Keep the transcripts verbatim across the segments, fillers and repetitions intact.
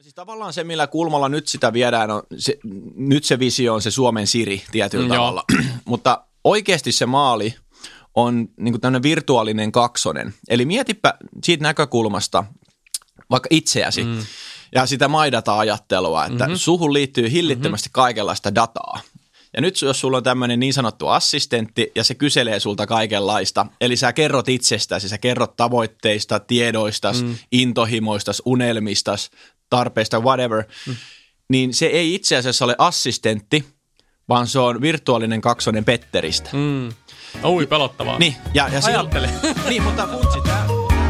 Siis tavallaan se, millä kulmalla nyt sitä viedään, on se, nyt se visio on se Suomen Siri tietyllä mm, tavalla, mutta oikeasti se maali on niin kuin tämmöinen virtuaalinen kaksonen. Eli mietipä siitä näkökulmasta vaikka itseäsi mm. ja sitä maidata-ajattelua, että mm-hmm. suhun liittyy hillittömästi mm-hmm. kaikenlaista dataa. Ja nyt jos sulla on tämmöinen niin sanottu assistentti ja se kyselee sulta kaikenlaista, eli sä kerrot itsestäsi, sä kerrot tavoitteista, tiedoistas, mm. intohimoistas, unelmistas, tarpeista, whatever, mm. niin se ei itse asiassa ole assistentti, vaan se on virtuaalinen kaksonen Petteristä. Mm. Ui, pelottavaa. Niin, ja, ja ajattele. Niin, mutta funtsi tää.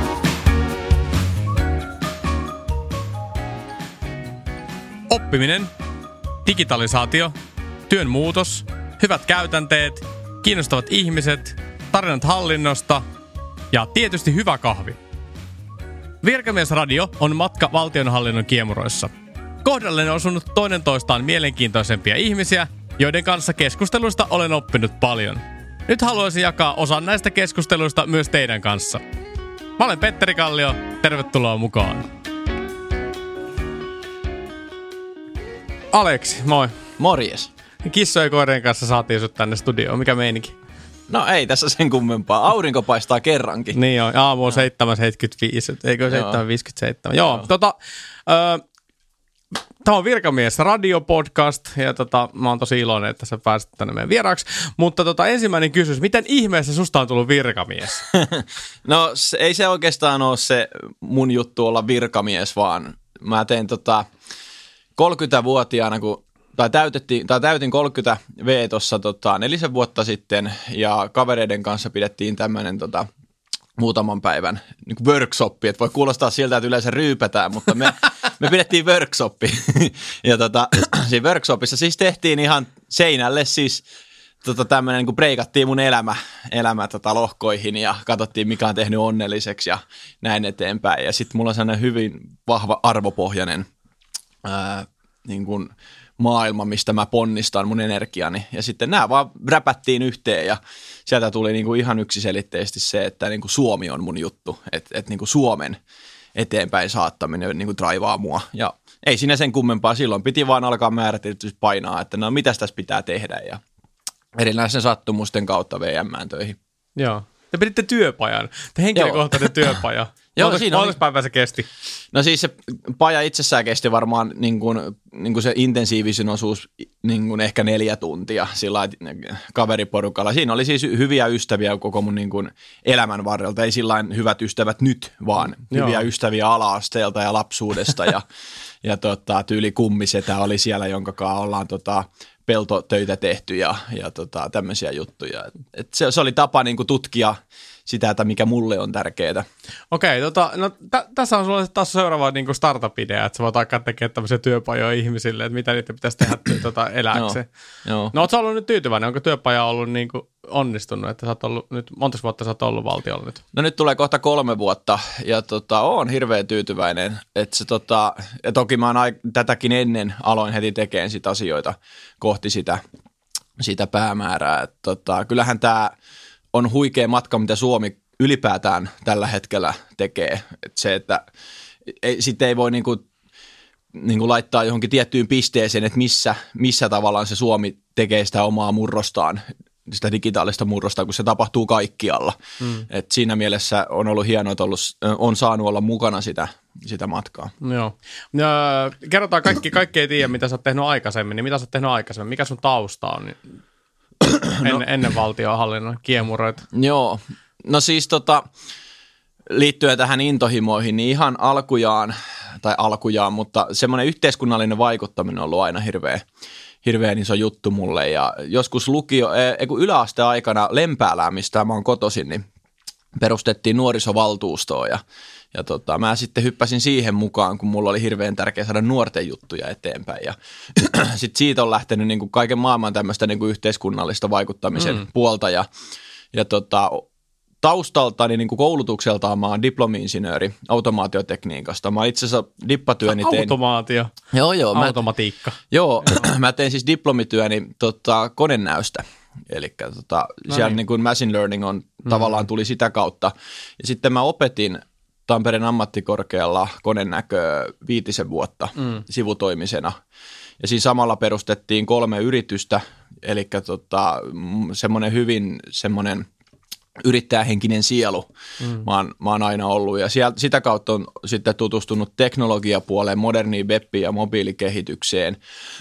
Oppiminen, digitalisaatio, työn muutos, hyvät käytänteet, kiinnostavat ihmiset, tarinat hallinnosta ja tietysti hyvä kahvi. Virkamiesradio on matka valtionhallinnon kiemuroissa. Kohdalle on osunut toinen toistaan mielenkiintoisempia ihmisiä, joiden kanssa keskusteluista olen oppinut paljon. Nyt haluaisin jakaa osan näistä keskusteluista myös teidän kanssa. Mä olen Petteri Kallio, tervetuloa mukaan. Aleksi, moi. Morjes. Kissojen koirien kanssa saatiin sut tänne studioon. Mikä meininki? No ei tässä sen kummempaa. Aurinko paistaa kerrankin. Niin on. Aamu on seitsemän seitsemänkymmentäviisi. Eikö seitsemän viisikymmentäseitsemän? Joo. Joo. Tota, ö, tämä on Virkamies radiopodcast ja tota, mä oon tosi iloinen, että sä pääsit tänne meidän vieraaksi. Mutta tota, ensimmäinen kysymys. Miten ihmeessä susta on tullut virkamies? No se, ei se oikeastaan ole se mun juttu olla virkamies, vaan mä tein tota kolmekymmentävuotiaana, kun Tai, täytettiin, tai täytin kolmekymmentä vuotta tuossa tota, nelisen vuotta sitten ja kavereiden kanssa pidettiin tämmöinen tota, muutaman päivän niin kuin workshoppi, että voi kuulostaa siltä, että yleensä ryypätään, mutta me, me pidettiin workshoppi ja tota, siinä workshopissa siis tehtiin ihan seinälle siis tota, tämmöinen, niin kuin breikattiin mun elämä, elämä tota, lohkoihin ja katsottiin mikä on tehnyt onnelliseksi ja näin eteenpäin ja sitten mulla on sellainen hyvin vahva arvopohjainen ää, niin kuin maailma, mistä mä ponnistan mun energiani. Ja sitten nämä vaan räpättiin yhteen ja sieltä tuli niinku ihan yksiselitteisesti se, että niinku Suomi on mun juttu. Että et niinku Suomen eteenpäin saattaminen niinku draivaa mua. Ja ei siinä sen kummempaa silloin. Piti vaan alkaa määrätietoisesti painaa, että no mitäs tässä pitää tehdä ja erilaisen sattumusten kautta V M:ään töihin. Joo. Te piditte työpajan. Te henkilökohtainen työpaja. Joo, Monta, siinä monta päivää se kesti? No siis se paja itsessään kesti varmaan niin kuin, niin kuin se intensiivisin osuus niin kuin ehkä neljä tuntia sillä kaveriporukalla. Siinä oli siis hyviä ystäviä koko mun niin kuin elämän varrelta. Ei sillain hyvät ystävät nyt, vaan Joo. hyviä ystäviä ala-asteelta ja lapsuudesta. ja ja tota, tyyli kummisetä oli siellä, jonka kanssa ollaan tota, peltotöitä tehty ja, ja tota, tämmöisiä juttuja. Et se, se oli tapa niin kuin tutkia sitä, että mikä mulle on tärkeää. Okei, tota, no t- tässä on sulla taas seuraava niin kuin startup-idea, että sä voit alkaa tekemään tämmöisiä työpajoja ihmisille, että mitä niitä pitäisi tehdä tota, elääkseen. no, no oot sä ollut nyt tyytyväinen? Onko työpaja ollut niin kuin onnistunut, että sä oot ollut nyt, monta vuotta sä oot ollut valtiolla nyt? No nyt tulee kohta kolme vuotta ja tota, oon hirveän tyytyväinen. Että se, tota, ja toki mä oon ai- tätäkin ennen aloin heti tekemään sit asioita kohti sitä, sitä päämäärää. Et, tota, kyllähän tämä on huikea matka, mitä Suomi ylipäätään tällä hetkellä tekee. Et se, että ei, sitten ei voi niinku, niinku laittaa johonkin tiettyyn pisteeseen, että missä, missä tavallaan se Suomi tekee sitä omaa murrostaan, sitä digitaalista murrostaan, kun se tapahtuu kaikkialla. Mm. Et siinä mielessä on ollut hienoa, että ollut, on saanut olla mukana sitä, sitä matkaa. Joo. Ja kerrotaan kaikki, kaikki ei tiedä, mitä sä oot tehnyt aikaisemmin, niin mitä sä oot tehnyt aikaisemmin, mikä sun tausta on? Ennen, no, ennen valtionhallinnon kiemuroita. Joo, no siis tota, liittyen tähän intohimoihin, niin ihan alkujaan, tai alkujaan, mutta semmoinen yhteiskunnallinen vaikuttaminen on ollut aina hirveä, hirveän iso juttu mulle. Ja joskus lukio, ei kun yläasteen aikana Lempäälään, mistä mä oon kotoisin, niin perustettiin nuorisovaltuustoa ja Ja tota, mä sitten hyppäsin siihen mukaan, kun mulla oli hirveän tärkeää saada nuorten juttuja eteenpäin. Ja sitten siitä on lähtenyt niin kuin kaiken maailman tämmöistä niin kuin yhteiskunnallista vaikuttamisen mm. puolta. Ja, ja tota, taustaltani niin kuin koulutukseltaan mä oon diplomi-insinööri automaatiotekniikasta. Mä itse asiassa dippatyöni tein. Automaatio. Joo, joo. Automatiikka. Mä, joo, mä tein siis diplomityöni tota, konenäystä. Eli tota, no siellä niin. niin kuin machine learning on, mm. tavallaan tuli sitä kautta. Ja sitten mä opetin Tampereen ammattikorkealla konenäkö viitisen vuotta mm. sivutoimisena. Ja siinä samalla perustettiin kolme yritystä, eli tota, semmoinen hyvin semmoinen yrittäjähenkinen sielu mm. mä, oon, mä oon aina ollut. Ja sieltä, sitä kautta on sitten tutustunut teknologiapuoleen, moderniin webbiin ja mobiilikehitykseen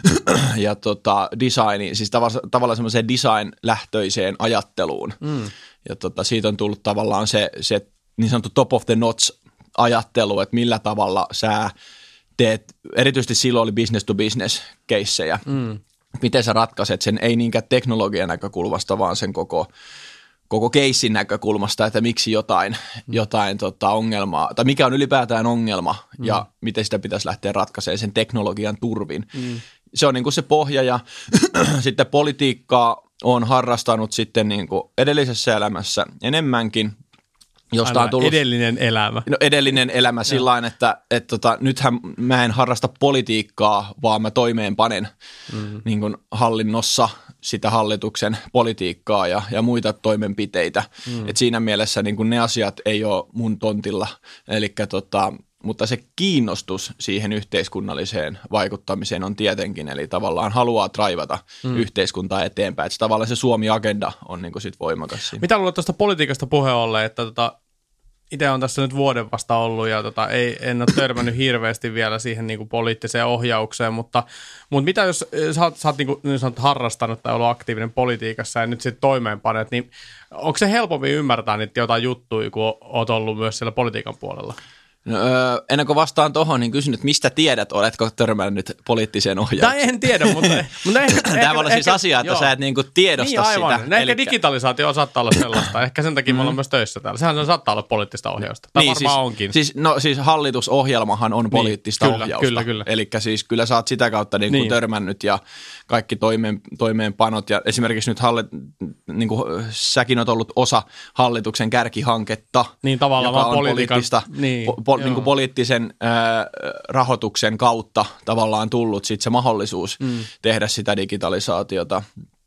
ja tota, designiin, siis tav- tavallaan semmoiseen design-lähtöiseen ajatteluun. Mm. Ja tota, siitä on tullut tavallaan se, se niin sanottu top of the notch ajattelu, että millä tavalla sä teet, erityisesti silloin oli business to business keissejä, mm. miten sä ratkaiset sen, ei niinkään teknologian näkökulmasta, vaan sen koko, koko keissin näkökulmasta, että miksi jotain, mm. jotain tota, ongelmaa, tai mikä on ylipäätään ongelma mm. ja miten sitä pitäisi lähteä ratkaisemaan sen teknologian turvin. Mm. Se on niin kuin se pohja ja sitten politiikkaa on harrastanut sitten niin kuin edellisessä elämässä enemmänkin. Josta on tullut, edellinen elämä. No edellinen elämä sillä lailla, että et tota, nythän mä en harrasta politiikkaa, vaan mä toimeenpanen mm. niin kuin hallinnossa sitä hallituksen politiikkaa ja, ja muita toimenpiteitä. Mm. Et siinä mielessä niin kuin ne asiat ei ole mun tontilla, elikkä tota, mutta se kiinnostus siihen yhteiskunnalliseen vaikuttamiseen on tietenkin, eli tavallaan haluaa draivata mm. yhteiskuntaa eteenpäin. Että tavallaan se Suomi-agenda on niin kuin sit voimakas siinä. Mitä luulet tuosta politiikasta puheen ollen, että tota, itse on tässä nyt vuoden vasta ollut ja tota, ei, en ole törmännyt hirveästi vielä siihen niin kuin poliittiseen ohjaukseen, mutta, mutta mitä jos sä oot, sä oot niin kuin, niin sanot, harrastanut tai ollut aktiivinen politiikassa ja nyt sitten toimeenpanet, niin onko se helpommin ymmärtää niitä jotain juttuja, kun oot ollut myös siellä politiikan puolella? No, öö, ennen kuin vastaan tuohon, niin kysyn, että mistä tiedät, oletko törmännyt poliittiseen ohjaukseen? Tai en tiedä, mutta... mutta ehkä, Tämä voi olla siis asia, että joo. sä et niinku tiedosta niin, aivan. sitä. No, ehkä elikkä... digitalisaatio saattaa olla sellaista. Ehkä sen takia mm. me ollaan myös töissä täällä. Sehän saattaa olla poliittista ohjausta. Tai niin, varmaan siis, onkin. Siis, no siis hallitusohjelmahan on poliittista niin, kyllä, ohjausta. Kyllä, kyllä. Eli siis kyllä sä oot sitä kautta niinku niin. törmännyt ja kaikki toimeen, toimeenpanot. Ja esimerkiksi nyt hallit, niinku, säkin oot ollut osa hallituksen kärkihanketta. Niin tavallaan joka on politiikan... poliittista, niin, po, po, niinku poliittisen Ää, rahoituksen kautta tavallaan tullut sit se mahdollisuus mm. tehdä sitä digitalisaatiota.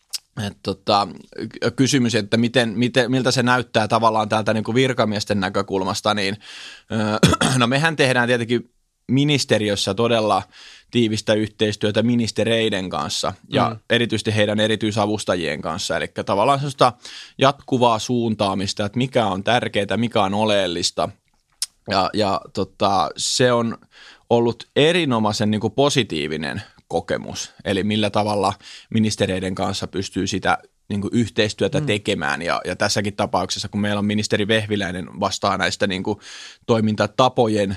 Et tota, kysymys, että miten, miten, miltä se näyttää tavallaan täältä niin kuin virkamiesten näkökulmasta, niin ää, no mehän tehdään tietenkin ministeriössä todella tiivistä yhteistyötä ministereiden kanssa ja mm. erityisesti heidän erityisavustajien kanssa, eli tavallaan sellaista jatkuvaa suuntaamista, että mikä on tärkeää, mikä on oleellista. Ja, ja tota, se on ollut erinomaisen niin kuin positiivinen kokemus, eli millä tavalla ministereiden kanssa pystyy sitä niin kuin yhteistyötä mm. tekemään. Ja, ja tässäkin tapauksessa, kun meillä on ministeri Vehviläinen vastaa näistä niin kuin toimintatapojen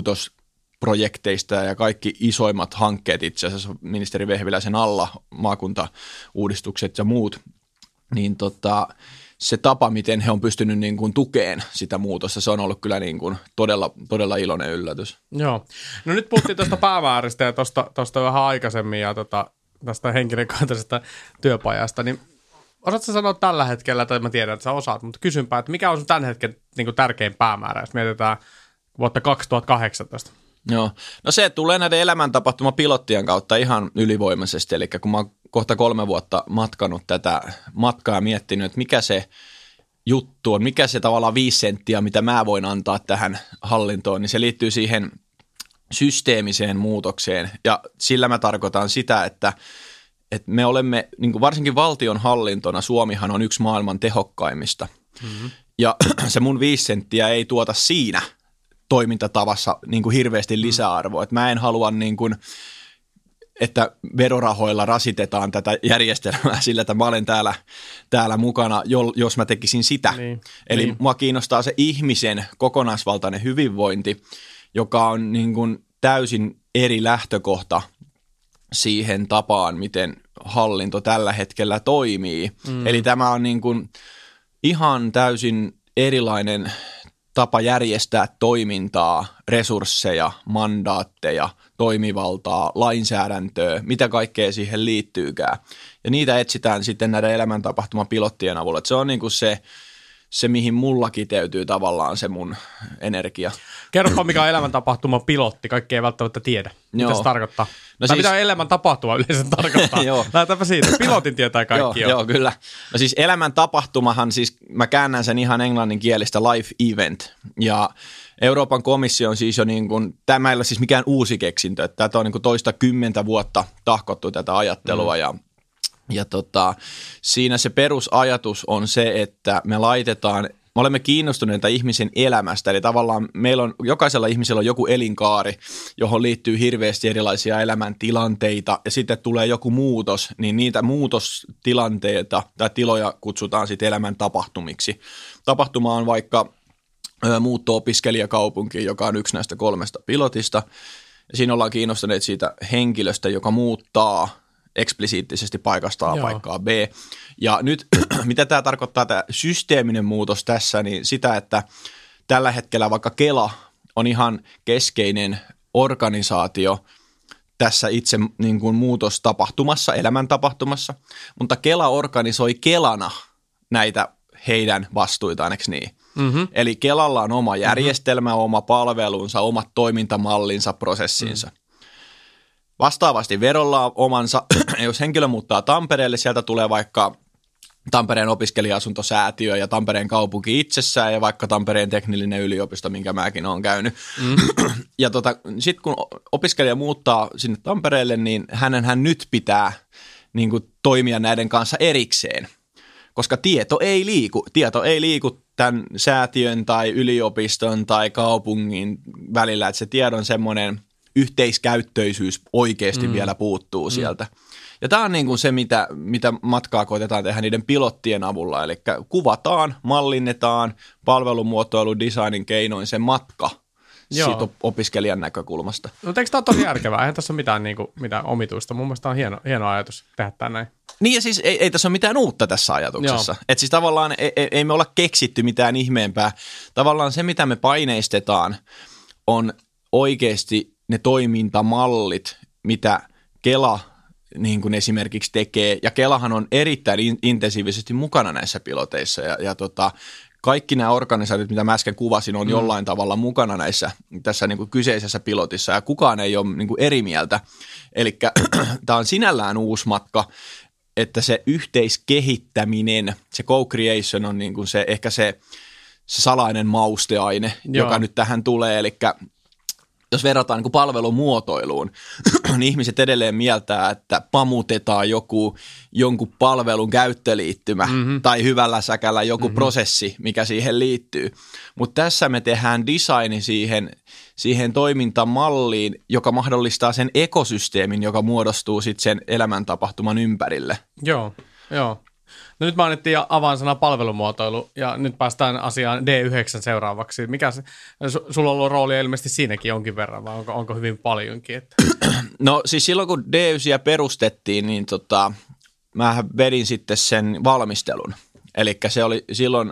muutosprojekteista ja kaikki isoimmat hankkeet itse asiassa ministeri Vehviläisen alla, maakuntauudistukset ja muut, niin tota... se tapa, miten he on pystynyt niin kuin tukeen sitä muutosta, se on ollut kyllä niin kuin todella, todella iloinen yllätys. Joo. No nyt puhuttiin tuosta päämääristä ja tuosta vähän aikaisemmin ja tota, tästä henkilökohtaisesta työpajasta, niin osaatko sanoa tällä hetkellä, tai mä tiedän, että sä osaat, mutta kysynpä, että mikä on sun tämän hetken niin kuin tärkein päämäärä, jos mietitään vuotta kaksituhattakahdeksantoista? Joo. No se tulee näiden elämäntapahtumapilottien kautta ihan ylivoimaisesti, eli kun mä oon kohta kolme vuotta matkanut tätä matkaa ja miettinyt, että mikä se juttu on, mikä se tavallaan viisi senttiä, mitä mä voin antaa tähän hallintoon, niin se liittyy siihen systeemiseen muutokseen ja sillä mä tarkoitan sitä, että, että me olemme, niin kuin varsinkin valtion hallintona, Suomihan on yksi maailman tehokkaimmista mm-hmm. ja se mun viisi senttiä ei tuota siinä toimintatavassa niin kuin hirveästi lisäarvoa. Et mä en halua, niin kuin, että verorahoilla rasitetaan tätä järjestelmää sillä, että mä olen täällä, täällä mukana, jos mä tekisin sitä. Niin, Eli niin. mua kiinnostaa se ihmisen kokonaisvaltainen hyvinvointi, joka on niin kuin täysin eri lähtökohta siihen tapaan, miten hallinto tällä hetkellä toimii. Mm. Eli tämä on niin kuin ihan täysin erilainen tapa järjestää toimintaa, resursseja, mandaatteja, toimivaltaa, lainsäädäntöä, mitä kaikkea siihen liittyykään. Ja niitä etsitään sitten näiden elämäntapahtumapilottien avulla. Et se on niin kuin se, se, mihin mulla kiteytyy tavallaan se mun energia. Kerropa, mikä on elämäntapahtuma pilotti. Kaikki ei välttämättä tiedä. Mitä Joo. se tarkoittaa? No tai siis... mitä elämäntapahtuma yleensä tarkoittaa? Lähdetäänpä siitä. Pilotin tietää kaikki joo, jo. Joo, kyllä. No siis elämäntapahtumahan, siis mä käännän sen ihan englanninkielistä life event. Ja Euroopan komissio on siis jo niin kuin, tämä ei ole siis mikään uusi keksintö. Että tätä on niin kuin toista kymmentä vuotta tahkottu tätä ajattelua mm. ja Ja tota, siinä se perusajatus on se, että me laitetaan, me olemme kiinnostuneita ihmisen elämästä, eli tavallaan meillä on, jokaisella ihmisellä on joku elinkaari, johon liittyy hirveästi erilaisia elämäntilanteita, ja sitten tulee joku muutos, niin niitä muutostilanteita tai tiloja kutsutaan sitten elämän tapahtumiksi. Tapahtuma on vaikka ö, muutto-opiskelijakaupunki, joka on yksi näistä kolmesta pilotista, ja siinä ollaan kiinnostuneet siitä henkilöstä, joka muuttaa eksplisiittisesti paikasta A Joo. paikkaa B. Ja nyt, mitä tämä tarkoittaa, tämä systeeminen muutos tässä, niin sitä, että tällä hetkellä vaikka Kela on ihan keskeinen organisaatio tässä itse niin kuin muutostapahtumassa, elämäntapahtumassa, mutta Kela organisoi Kelana näitä heidän vastuitaan, eikö niin? Mm-hmm. Eli Kelalla on oma järjestelmä, mm-hmm. oma palvelunsa, omat toimintamallinsa, prosessinsa. Mm-hmm. Vastaavasti verolla on omansa, jos henkilö muuttaa Tampereelle, sieltä tulee vaikka Tampereen opiskelija-asuntosäätiö ja Tampereen kaupunki itsessään ja vaikka Tampereen teknillinen yliopisto, minkä mäkin olen käynyt. Mm. Ja tota, sitten kun opiskelija muuttaa sinne Tampereelle, niin hänenhän nyt pitää niin kuin, toimia näiden kanssa erikseen, koska tieto ei liiku. Tieto ei liiku tämän säätiön tai yliopiston tai kaupungin välillä, että se tiedon semmoinen yhteiskäyttöisyys oikeasti mm. vielä puuttuu mm. sieltä. Ja tämä on niin kuin se, mitä, mitä matkaa koitetaan tehdä niiden pilottien avulla, eli kuvataan, mallinnetaan palvelumuotoilun designin keinoin se matka Joo. siitä opiskelijan näkökulmasta. No eikö tämä ole tosi järkevää? Eihän tässä ole mitään, niin kuin, mitään omituista. Mun mielestä on hieno, hieno ajatus tehdä tämä näin. Niin ja siis ei, ei tässä ole mitään uutta tässä ajatuksessa. Että siis tavallaan ei, ei me olla keksitty mitään ihmeempää. Tavallaan se, mitä me paineistetaan, on oikeasti ne toimintamallit, mitä Kela niin kuin esimerkiksi tekee, ja Kelahan on erittäin in- intensiivisesti mukana näissä piloteissa, ja, ja tota, kaikki nämä organisaatiot, mitä mä äsken kuvasin, on mm. jollain tavalla mukana näissä tässä niin kuin kyseisessä pilotissa, ja kukaan ei ole niin kuin eri mieltä. Eli tämä on sinällään uusi matka, että se yhteiskehittäminen, se co-creation on niin kuin se, ehkä se, se salainen mausteaine, Joo. joka nyt tähän tulee, eli jos verrataan niin kuin palvelumuotoiluun, niin ihmiset edelleen mieltää, että pamutetaan joku, jonkun palvelun käyttöliittymä mm-hmm. tai hyvällä säkällä joku mm-hmm. prosessi, mikä siihen liittyy. Mutta tässä me tehdään designi siihen, siihen toimintamalliin, joka mahdollistaa sen ekosysteemin, joka muodostuu sitten sen elämäntapahtuman ympärille. Joo, joo. No nyt mainittiin avainsana palvelumuotoilu ja nyt päästään asiaan D yhdeksän seuraavaksi. Mikä se, sulla on ollut roolia ilmeisesti siinäkin jonkin verran vai onko, onko hyvin paljonkin? Että? No siis silloin kun D yhdeksän perustettiin, niin tota, mä vedin sitten sen valmistelun. Eli se oli silloin äh,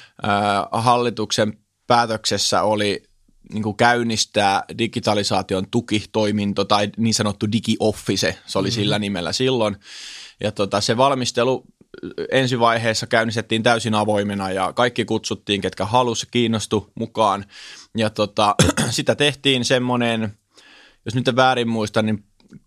hallituksen päätöksessä oli niin kuin käynnistää digitalisaation tukitoiminto tai niin sanottu DigiOffice, se oli mm-hmm. sillä nimellä silloin. Ja tota, se valmistelu ensivaiheessa käynnistettiin täysin avoimena ja kaikki kutsuttiin, ketkä halusi, kiinnostu mukaan. Ja tota, sitä tehtiin semmoinen, jos nyt en väärin muista, niin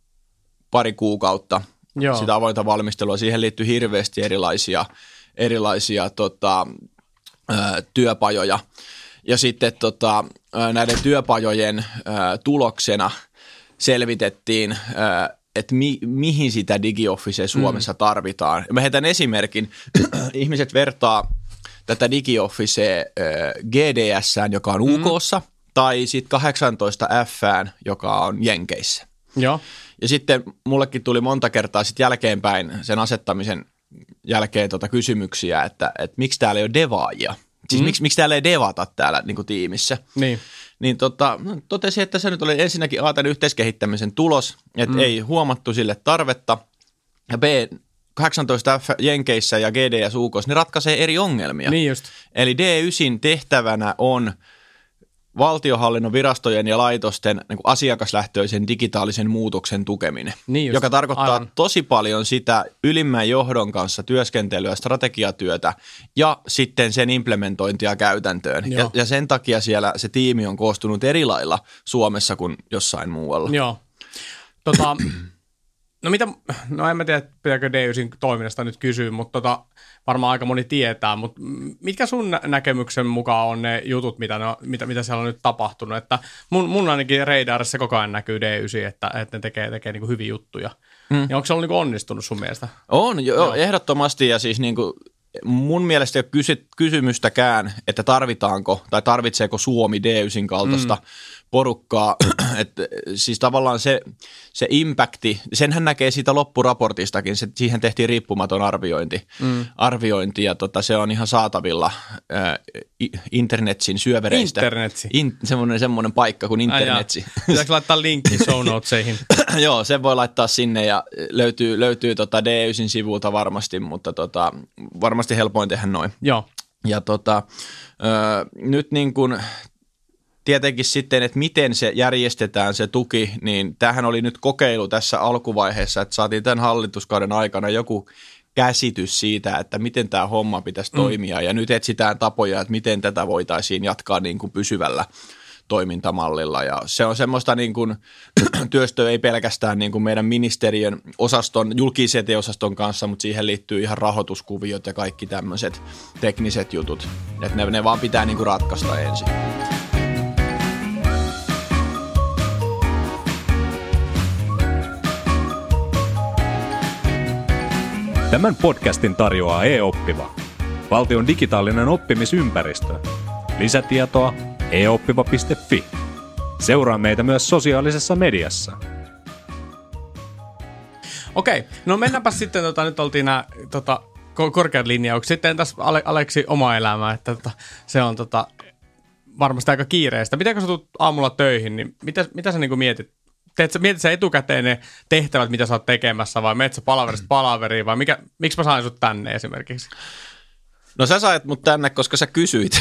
pari kuukautta Joo. sitä avointa valmistelua. Siihen liittyy hirveästi erilaisia, erilaisia tota, ö, työpajoja. Ja sitten tota, näiden työpajojen ö, tuloksena selvitettiin ö, että mi, mihin sitä DigiOfficea Suomessa mm. tarvitaan. Mä heitän esimerkin. Ihmiset vertaa tätä DigiOfficea äh, G D S:ään, joka on U K:ssa, mm. tai sitten kahdeksantoista F:ään, joka on Jenkeissä. Joo. Ja sitten mullekin tuli monta kertaa sit jälkeenpäin sen asettamisen jälkeen tota kysymyksiä, että, että miksi täällä ei ole devaajia. Siis mm. miksi, miksi täällä ei devata täällä niin kuin tiimissä. Niin. Niin tota, totesin, että se nyt oli ensinnäkin A, tämän yhteiskehittämisen tulos, että mm. ei huomattu sille tarvetta, ja B, kahdeksantoista F Jenkeissä ja G D S U K:ssa, ne ratkaisee eri ongelmia. Niin just. Eli D yhdeksän tehtävänä on valtiohallinnon virastojen ja laitosten niin kuin asiakaslähtöisen digitaalisen muutoksen tukeminen, niin just, joka tarkoittaa aivan. tosi paljon sitä ylimmän johdon kanssa työskentelyä, strategiatyötä ja sitten sen implementointia käytäntöön. Ja, ja sen takia siellä se tiimi on koostunut eri lailla Suomessa kuin jossain muualla. Joo. Tota, no mitä, no en mä tiedä, pitääkö D ysin toiminnasta nyt kysyä, mutta tota, varmaan aika moni tietää, mutta mitkä sun näkemyksen mukaan on ne jutut, mitä, ne, mitä, mitä siellä on nyt tapahtunut? Että mun, mun ainakin radarissa koko ajan näkyy D yhdeksän, että, että ne tekee, tekee niin kuin hyviä juttuja. Hmm. Ja onko se ollut niin kuin onnistunut sun mielestä? On, jo, Joo. ehdottomasti ja siis niin kuin mun mielestä ei ole kysy, kysymystäkään, että tarvitaanko tai tarvitseeko Suomi D yhdeksän kaltaista hmm. porukkaa, että siis tavallaan se, se impacti, senhän näkee siitä loppuraportistakin, se, siihen tehtiin riippumaton arviointi, mm. arviointi ja tota, se on ihan saatavilla äh, internetsin syövereistä. Internetsi? In, semmoinen, semmoinen paikka kuin internetsi. Pitääkö laittaa linkki show notesihin? Joo, sen voi laittaa sinne ja löytyy, löytyy tota D yhdeksän sivulta varmasti, mutta tota, varmasti helpoin tehdä noin. Joo. Ja tota, äh, nyt niin kuin tietenkin sitten, että miten se järjestetään se tuki, niin tämähän oli nyt kokeilu tässä alkuvaiheessa, että saatiin tämän hallituskauden aikana joku käsitys siitä, että miten tämä homma pitäisi mm. toimia ja nyt etsitään tapoja, että miten tätä voitaisiin jatkaa niin kuin pysyvällä toimintamallilla ja se on semmoista niin kuin työstöä ei pelkästään niin kuin meidän ministeriön osaston, julkisen osaston kanssa, mutta siihen liittyy ihan rahoituskuviot ja kaikki tämmöiset tekniset jutut, että ne, ne vaan pitää niin kuin ratkaista ensin. Tämän podcastin tarjoaa e-oppiva, valtion digitaalinen oppimisympäristö. Lisätietoa e oppiva piste fi. Seuraa meitä myös sosiaalisessa mediassa. Okei, no mennäänpä sitten, tota, nyt oltiin nämä tota, korkeat linjaukset. Sitten tässä Ale- Aleksi oma elämä, että tota, se on tota, varmasti aika kiireistä. Miten kun sä tulet aamulla töihin, niin mitä, mitä sä niinku mietit? Teet sä, mietit sä etukäteen ne tehtävät, mitä sä oot tekemässä, vai menet sä palaverista palaveriin, vai mikä, miksi mä sain sut tänne esimerkiksi? No sä sait mut tänne, koska sä kysyit.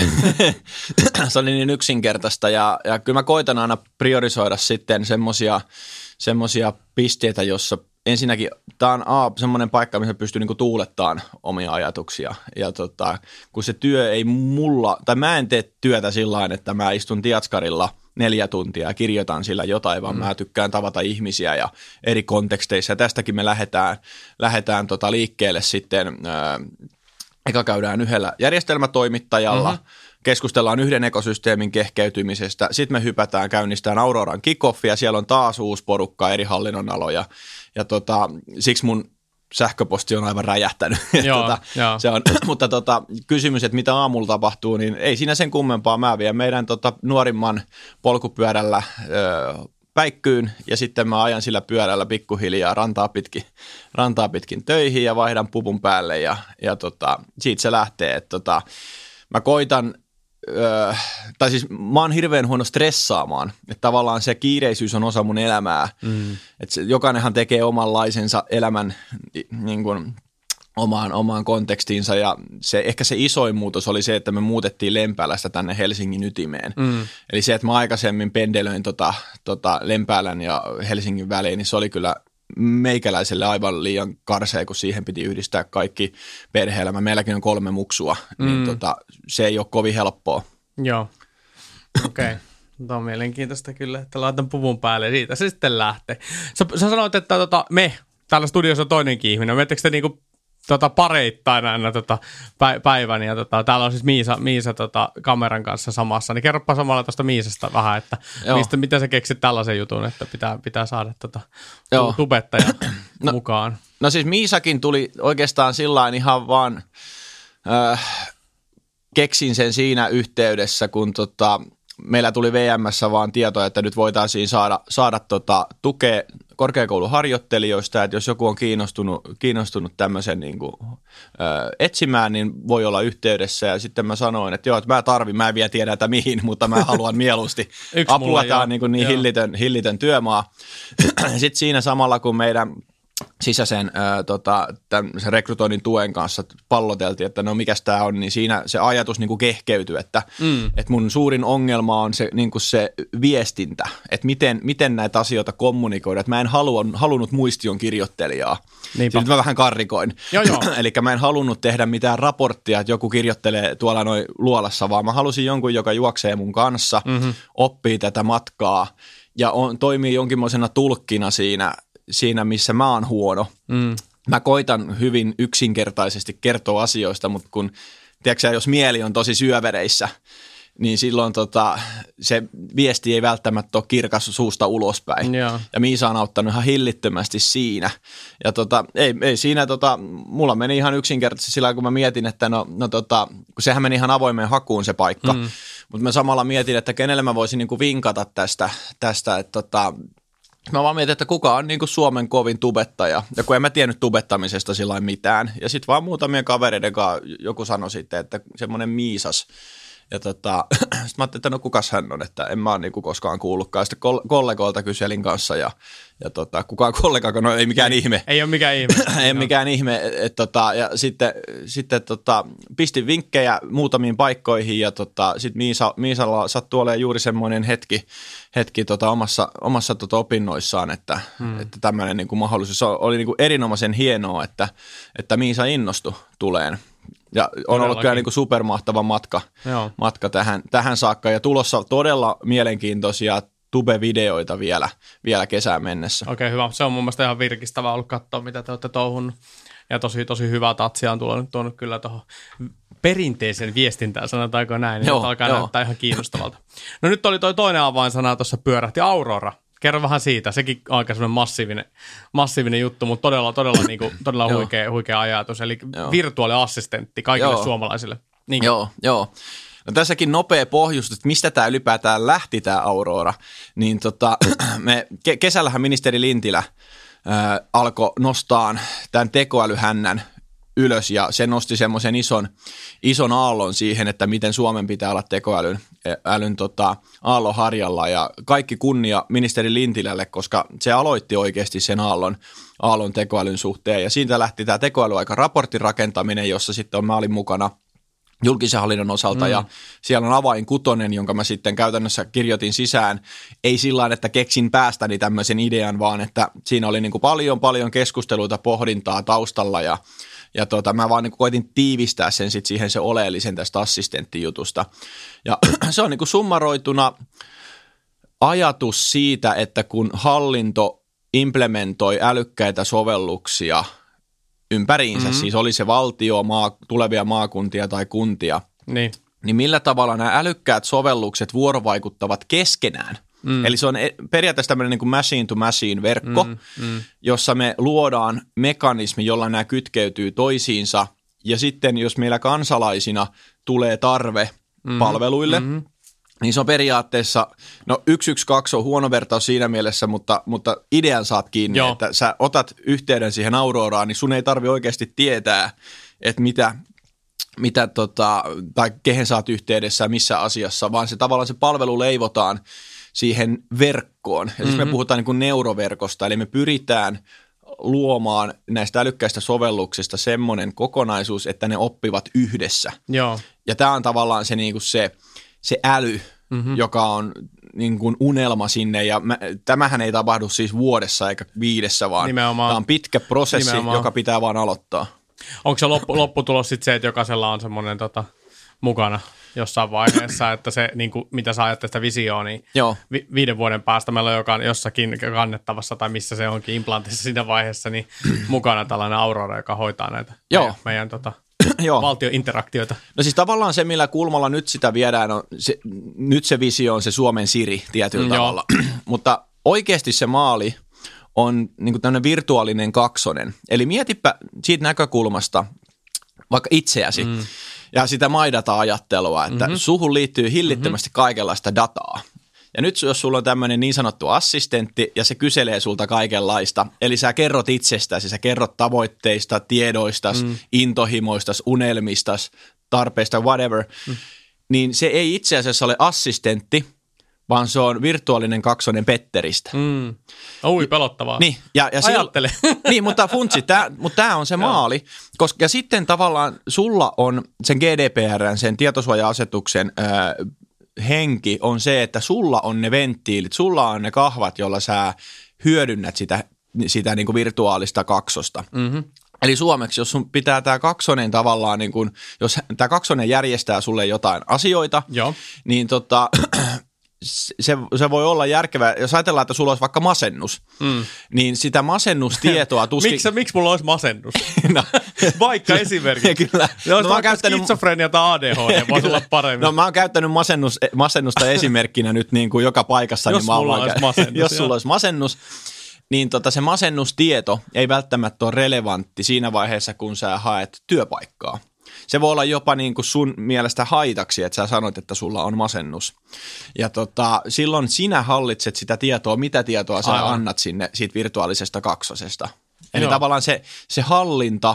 Se oli niin yksinkertaista ja, ja kyllä mä koitan aina priorisoida sitten semmosia, semmosia pisteitä, jossa ensinnäkin tää on a, semmoinen paikka, missä pystyy niinku tuulettaan omia ajatuksia ja tota, kun se työ ei mulla, tai mä en tee työtä sillain, että mä istun Tiatskarilla neljä tuntia ja kirjoitan sillä jotain, vaan mm. mä tykkään tavata ihmisiä ja eri konteksteissa ja tästäkin me lähdetään, lähdetään tota liikkeelle sitten. Ää, Eka käydään yhdellä järjestelmätoimittajalla, mm-hmm. keskustellaan yhden ekosysteemin kehkeytymisestä, sitten me hypätään, käynnistään Auroran kickoffia, siellä on taas uusi porukka eri hallinnonaloja ja tota, siksi mun sähköposti on aivan räjähtänyt. Joo, tota, joo. Se on, mutta tota, kysymys, että mitä aamulla tapahtuu, niin ei siinä sen kummempaa. Mä vien meidän tota, nuorimman polkupyörällä öö, päikkyyn ja sitten mä ajan sillä pyörällä pikkuhiljaa rantaa pitkin, rantaa pitkin töihin ja vaihdan pupun päälle ja, ja tota, siitä se lähtee. Että tota, mä koitan, öö, tai siis mä oon hirveän huono stressaamaan, että tavallaan se kiireisyys on osa mun elämää. Mm. Että se, jokainenhan tekee omanlaisensa elämän niin kuin omaan, omaan kontekstiinsa ja se, ehkä se isoin muutos oli se, että me muutettiin Lempäälästä tänne Helsingin ytimeen. Mm. Eli se, että mä aikaisemmin pendelöin tota, tota Lempäälän ja Helsingin väliin, niin se oli kyllä meikäläiselle aivan liian karsea, kun siihen piti yhdistää kaikki perhe-elämä. Meilläkin on kolme muksua, mm. niin tota, se ei ole kovin helppoa. Joo, okei. Okay. Tämä on mielenkiintoista kyllä, että laitan puvun päälle ja siitä se sitten lähtee. Sä, sä sanoit, että tota, me, täällä studiossa on toinenkin ihminen, menettekö te niinku tota, pareittain aina tota, päivän ja tota, täällä on siis Miisa, Miisa tota, kameran kanssa samassa, niin kerropa samalla tuosta Miisasta vähän, että mistä, miten sä keksit tällaisen jutun, että pitää, pitää saada tota, tubettaja no, mukaan. No siis Miisakin tuli oikeastaan sillain ihan vaan, äh, keksin sen siinä yhteydessä, kun tota, meillä tuli V M:ssä vaan tietoa, että nyt voitaisiin saada, saada tota, tukea korkeakouluharjoittelijoista, että jos joku on kiinnostunut, kiinnostunut tämmöisen niin kuin, ö, etsimään, niin voi olla yhteydessä. Ja sitten mä sanoin, että joo, että mä tarvin, mä en vielä tiedä, että mihin, mutta mä haluan mieluusti apua. Tämä on niin, niin hillitön, hillitön työmaa. Sitten siinä samalla, kun meidän sisäisen ää, tota, sen rekrytoinnin tuen kanssa palloteltiin, että no mikäs tämä on, niin siinä se ajatus niin kuin kehkeytyi, että, mm. että mun suurin ongelma on se, niin kuin se viestintä, että miten, miten näitä asioita kommunikoida, että mä en halua, halunnut muistion kirjoittelijaa. Niinpä. Sitten mä vähän karrikoin. Eli mä en halunnut tehdä mitään raporttia, että joku kirjoittelee tuolla noin luolassa, vaan mä halusin jonkun, joka juoksee mun kanssa, mm-hmm. oppii tätä matkaa ja on, toimii jonkinlaisena tulkkina siinä, siinä, missä mä oon huono. Mm. Mä koitan hyvin yksinkertaisesti kertoa asioista, mutta kun, tiedätkö, jos mieli on tosi syövereissä, niin silloin tota, se viesti ei välttämättä ole kirkas suusta ulospäin. Ja, ja Miisa on auttanut ihan hillittömästi siinä. Ja tota, ei, ei siinä, tota, mulla meni ihan yksinkertaisesti sillä kun mä mietin, että no, no tota, kun sehän meni ihan avoimeen hakuun se paikka, mm. mutta mä samalla mietin, että kenelle mä voisin niinku vinkata tästä, tästä että tota, mä vaan mietin, että kuka on niinku Suomen kovin tubettaja, ja kun en mä tiennyt tubettamisesta sillä mitään, ja sitten vaan muutamien kavereiden kanssa joku sanoi sitten, että semmoinen Miisas, ja tota, sitten mä ajattelin, että no kukas hän on, että en mä ole niinku koskaan kuullutkaan, sitten kollegoilta kyselin kanssa, ja, ja tota, kukaan kollega, no ei mikään ei, ihme. Ei ole mikään ihme. ei no. mikään ihme, että tota, ja sitten, sitten tota, pistin vinkkejä muutamiin paikkoihin, ja tota, sitten Miisa, Miisalla sattui olemaan juuri semmoinen hetki, hetki tota omassa, omassa tota opinnoissaan, että, hmm. että tämmöinen niinku mahdollisuus oli niinku erinomaisen hienoa, että, että Miisa innostui tuleen. Ja on Todellakin. ollut kyllä niinku supermahtava matka, matka tähän, tähän saakka ja tulossa todella mielenkiintoisia tube-videoita vielä, vielä kesään mennessä. Okei, hyvä. Se on mun mielestä ihan virkistävää ollut katsoa, mitä te olette touhunnut. Ja tosi, tosi hyvää tatsia on tuonut, tuonut kyllä tuohon perinteisen viestintään, sanotaanko näin, niin joo, alkaa joo. näyttää ihan kiinnostavalta. No nyt oli toi toinen avainsana tuossa pyörähti, Aurora. Kerro vähän siitä, sekin on aika semmoinen massiivinen, massiivinen juttu, mutta todella, todella, niin kuin, todella huikea, huikea ajatus, eli joo. virtuaaliassistentti kaikille joo. suomalaisille. Niin joo, joo. No tässäkin nopea pohjustus, että mistä tämä ylipäätään lähti tämä Aurora, niin tota, me ke- kesällähän ministeri Lintilä äh, alkoi nostaa tämän tekoälyhännän ylös ja se nosti semmoisen ison, ison aallon siihen, että miten Suomen pitää olla tekoälyn älyn, tota, aallonharjalla ja kaikki kunnia ministeri Lintilälle, koska se aloitti oikeasti sen aallon, aallon tekoälyn suhteen ja siitä lähti tämä tekoälyaikaraportin rakentaminen, jossa sitten mä olin mukana julkisen hallinnon osalta mm. ja siellä on avain kutonen, jonka mä sitten käytännössä kirjoitin sisään. Ei sillä että keksin päästäni tämmöisen idean, vaan että siinä oli niin kuin paljon paljon keskusteluita, pohdintaa taustalla ja Ja tota, mä vaan niin koitin tiivistää sen sit siihen se oleellisen tästä assistenttijutusta. Ja se on niin kuin summaroituna ajatus siitä, että kun hallinto implementoi älykkäitä sovelluksia ympäriinsä, mm-hmm. siis oli se valtio, maa, tulevia maakuntia tai kuntia, niin. niin millä tavalla nämä älykkäät sovellukset vuorovaikuttavat keskenään. Mm. Eli se on periaatteessa tämmöinen niin kuin machine-to-machine verkko, mm, mm. jossa me luodaan mekanismi, jolla nämä kytkeytyy toisiinsa. Ja sitten jos meillä kansalaisina tulee tarve mm, palveluille, mm. niin se on periaatteessa, no yksi yksi kaksi on huono vertaus siinä mielessä, mutta, mutta idean saat kiinni, Joo. että sä otat yhteyden siihen Auroraan, niin sun ei tarvitse oikeasti tietää, että mitä... mitä tota, tai kehen sä oot yhteydessä missä asiassa, vaan se tavallaan se palvelu leivotaan siihen verkkoon. Ja siis mm-hmm. me puhutaan niin kuin neuroverkosta, eli me pyritään luomaan näistä älykkäistä sovelluksista semmoinen kokonaisuus, että ne oppivat yhdessä. Joo. Ja tämä on tavallaan se, niin kuin se, se äly, mm-hmm. joka on niin kuin unelma sinne, ja mä, tämähän ei tapahdu siis vuodessa eikä viidessä, vaan Nimenomaan. Tämä on pitkä prosessi, Nimenomaan. joka pitää vaan aloittaa. Onko se loppu, lopputulos sitten se, että jokaisella on semmoinen tota, mukana jossain vaiheessa, että se, niin kuin, mitä sä ajattelet sitä visioa, niin vi- viiden vuoden päästä meillä on joka, jossakin kannettavassa tai missä se onkin implantissa siinä vaiheessa, niin mukana tällainen Aurora, joka hoitaa näitä Joo. meidän, meidän tota, valtiointeraktioita. No siis tavallaan se, millä kulmalla nyt sitä viedään, on se, nyt se visio on se Suomen Siri tietyllä mm, tavalla, mutta oikeasti se maali on niin kuin tämmöinen virtuaalinen kaksonen. Eli mietipä siitä näkökulmasta vaikka itseäsi mm. ja sitä maidata-ajattelua, että mm-hmm. suhun liittyy hillittömästi mm-hmm. kaikenlaista dataa. Ja nyt jos sulla on tämmöinen niin sanottu assistentti ja se kyselee sulta kaikenlaista, eli sä kerrot itsestäsi, sä kerrot tavoitteista, tiedoistas, mm. intohimoistas, unelmistas, tarpeista, whatever, mm. niin se ei itse asiassa ole assistentti, vaan se on virtuaalinen kaksonen Petteristä. Mm. Ui, pelottavaa. Niin, ja, ja Ajattele. Silloin, niin, mutta funtsi, tää, mutta tämä on se maali. Koska, ja sitten tavallaan sulla on sen G D P R:n, sen tietosuoja-asetuksen ää, henki on se, että sulla on ne venttiilit, sulla on ne kahvat, joilla sä hyödynnät sitä, sitä niin kuin virtuaalista kaksosta. Mm-hmm. Eli suomeksi, jos sun pitää tämä kaksonen tavallaan, niin kuin, jos tämä kaksonen järjestää sulle jotain asioita, Joo. niin tota, se, se voi olla järkevää. Jos ajatellaan, että sulla olisi vaikka masennus, mm. niin sitä masennustietoa tuskin... Miksi, miksi mulla olisi masennus? no. Vaikka esimerkiksi. Kyllä. Se olisi no, vaikka käyttänyt... skitsofrenia tai A D H D, voisi olla paremmin. No mä oon käyttänyt masennus, masennusta esimerkkinä nyt niin kuin joka paikassa. Jos niin mulla olisi masennus. Jos sulla olisi masennus, niin tota se masennustieto ei välttämättä ole relevantti siinä vaiheessa, kun sä haet työpaikkaa. Se voi olla jopa niin kuin sun mielestä haitaksi, että sä sanoit, että sulla on masennus. Ja tota, silloin sinä hallitset sitä tietoa, mitä tietoa sä Aivan. annat sinne siitä virtuaalisesta kaksosesta. Eli Joo. tavallaan se, se hallinta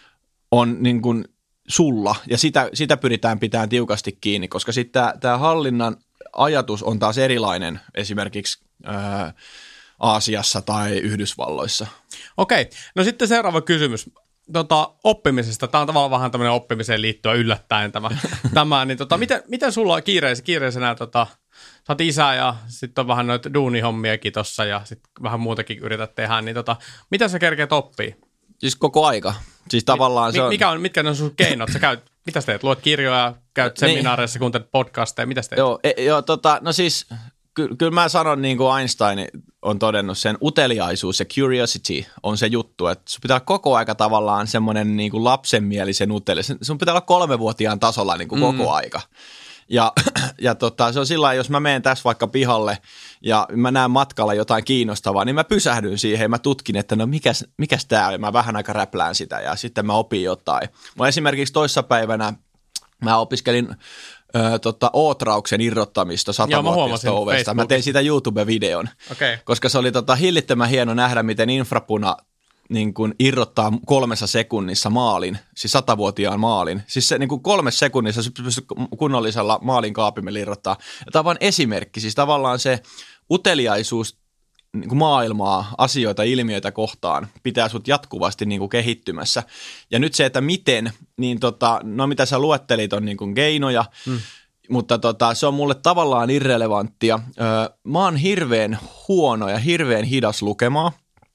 on niin kuin sulla ja sitä, sitä pyritään pitämään tiukasti kiinni, koska sitten tämä hallinnan ajatus on taas erilainen esimerkiksi ää, Aasiassa tai Yhdysvalloissa. Okei, no sitten seuraava kysymys. Tota, oppimisesta. Tämä on tavallaan vähän tämmöinen oppimiseen liittyvä yllättäen tämä. tämä niin tota, miten, miten sulla on kiireis, kiireisenä, tota, sä oot isä ja sitten on vähän noita duunihommiakin tossa ja sitten vähän muutakin yrität tehdä, niin tota, mitä sä kerkeet oppii? Siis koko aika. Siis tavallaan Mi- se on... Mikä on, mitkä on sun keinot? Sä käyt, mitä sä teet? Luet kirjoja, käyt seminaareissa, kuuntelet podcasteja, mitä sä teet? Joo, e, joo tota, no siis ky- kyllä mä sanon niin kuin Einstein on todennut sen, uteliaisuus ja curiosity on se juttu, että sun pitää olla koko aika tavallaan semmoinen niin kuin lapsenmielisen utelias. Sun pitää olla kolmevuotiaan tasolla niin kuin mm. koko aika. Ja, ja tota, se on sillä lailla, jos mä menen tässä vaikka pihalle ja mä näen matkalla jotain kiinnostavaa, niin mä pysähdyn siihen ja mä tutkin, että no mikäs, mikäs tää on. Mä vähän aika räplään sitä ja sitten mä opin jotain. Mä esimerkiksi toissapäivänä mä opiskelin ö, tota, ootrauksen irrottamista satavuotiaasta ovesta. Mä tein siitä YouTube-videon, okay. koska se oli tota, hillittömän hieno nähdä, miten infrapuna niin kuin irrottaa kolmessa sekunnissa maalin, siis satavuotiaan maalin. Siis se niin kuin kolmessa sekunnissa se pystyy kunnollisella maalin kaapimella irrottaa. Ja tämä on vain esimerkki, siis tavallaan se uteliaisuus niin kuin maailmaa, asioita, ilmiöitä kohtaan pitää sut jatkuvasti niin kuin kehittymässä. Ja nyt se, että miten, niin tota, no mitä sä luettelit on niin kuin keinoja, hmm. mutta tota, se on mulle tavallaan irrelevanttia. Öö, mä oon hirveän huono ja hirveän hidas lukemaan.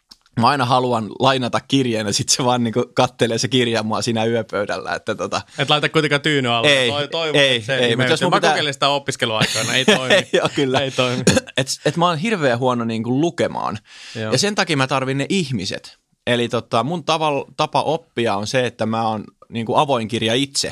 Mä aina haluan lainata kirjeen ja sitten se vaan niinku kattelee se kirja mua siinä yöpöydällä. Että tota... Et laita kuitenkaan tyyny alla. Ei, Toi, toivon, ei, se ei. Mutta jos mä pitää... kokeilin sitä opiskeluaikoina, ei toimi. Joo, kyllä. Ei toimi. Et, et mä oon hirveän huono niinku lukemaan. Joo. Ja sen takia mä tarvin ne ihmiset. Eli tota, mun tapa, tapa oppia on se, että mä oon niinku avoin kirja itse.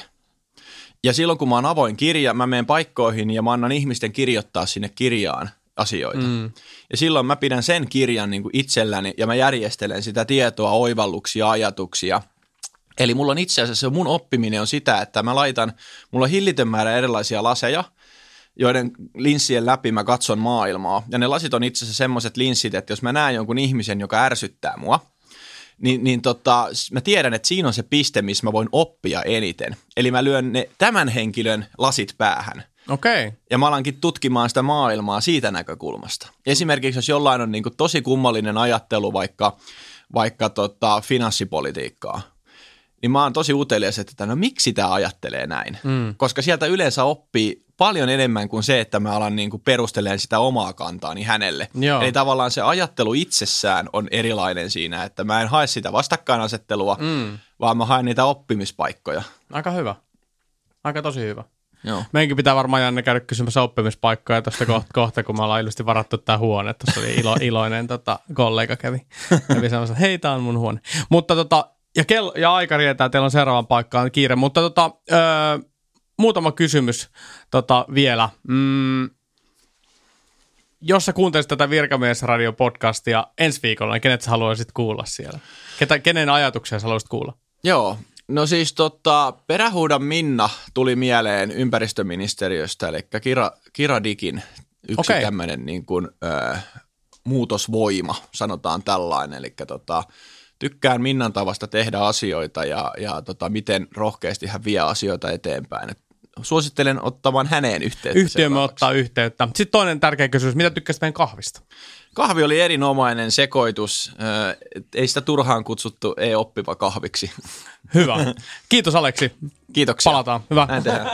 Ja silloin kun mä oon avoin kirja, mä menen paikkoihin ja mä annan ihmisten kirjoittaa sinne kirjaan asioita. Mm. Ja silloin mä pidän sen kirjan niin kuin itselläni ja mä järjestelen sitä tietoa, oivalluksia, ajatuksia. Eli mulla on itse asiassa mun oppiminen on sitä, että mä laitan, mulla on hillitön määrä erilaisia laseja, joiden linssien läpi mä katson maailmaa. Ja ne lasit on itse asiassa semmoiset linssit, että jos mä näen jonkun ihmisen, joka ärsyttää mua, niin, niin tota, mä tiedän, että siinä on se piste, missä mä voin oppia eniten. Eli mä lyön ne tämän henkilön lasit päähän. Okei. Ja mä alankin tutkimaan sitä maailmaa siitä näkökulmasta. Esimerkiksi jos jollain on niin kuin tosi kummallinen ajattelu vaikka, vaikka tota finanssipolitiikkaa, niin mä oon tosi utelias, että no miksi tämä ajattelee näin? Mm. Koska sieltä yleensä oppii paljon enemmän kuin se, että mä alan niin kuin perustelemaan sitä omaa kantaani hänelle. Joo. Eli tavallaan se ajattelu itsessään on erilainen siinä, että mä en hae sitä vastakkainasettelua, mm. vaan mä haen niitä oppimispaikkoja. Aika hyvä. Aika tosi hyvä. Joo. Meidänkin pitää varmaan Janne käydä kysymässä oppimispaikkoja tuosta kohta, kohta, kun me ollaan ilmeisesti varattu tämä huone. Tuossa oli ilo, iloinen tota, kollega kävi, kävi sanoa, että hei, tää on mun huone. Mutta tota, ja, kello, ja aika rientää, teillä on seuraavan paikkaan kiire. Mutta tota, öö, muutama kysymys tota, vielä. Mm, jos sä kuuntelisit tätä Virkamiesradio-podcastia ensi viikolla, niin kenet sä haluaisit kuulla siellä? Ketä, kenen ajatuksia sä haluaisit kuulla? Joo. No siis tota, Perähuudan Minna tuli mieleen ympäristöministeriöstä, eli Kira, Kira Digin yksi okay. tämmöinen niin kuin, ö, muutosvoima, sanotaan tällainen. Eli tota, tykkään Minnan tavasta tehdä asioita ja, ja tota, miten rohkeasti hän vie asioita eteenpäin. Et suosittelen ottamaan häneen yhteyttä. Yhtiömme ottaa yhteyttä. Sitten toinen tärkeä kysymys, mitä tykkäsit meidän kahvista? Kahvi oli erinomainen sekoitus. Ei sitä turhaan kutsuttu e-oppiva kahviksi. Hyvä. Kiitos Aleksi. Kiitoksia. Palataan. Hyvä. Näin tehdään.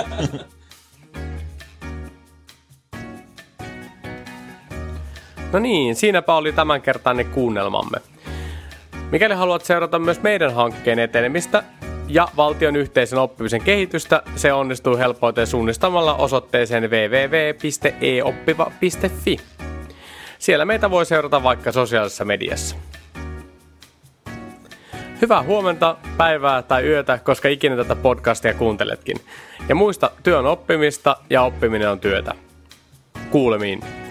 No niin, siinäpä oli tämänkertainen kuunnelmamme. Mikäli haluat seurata myös meidän hankkeen etenemistä ja valtion yhteisen oppimisen kehitystä, se onnistuu helpoiten suunnistamalla osoitteeseen double-u double-u double-u piste e oppiva piste f i. Siellä meitä voi seurata vaikka sosiaalisessa mediassa. Hyvää huomenta, päivää tai yötä, koska ikinä tätä podcastia kuunteletkin. Ja muista, työ on oppimista ja oppiminen on työtä. Kuulemiin.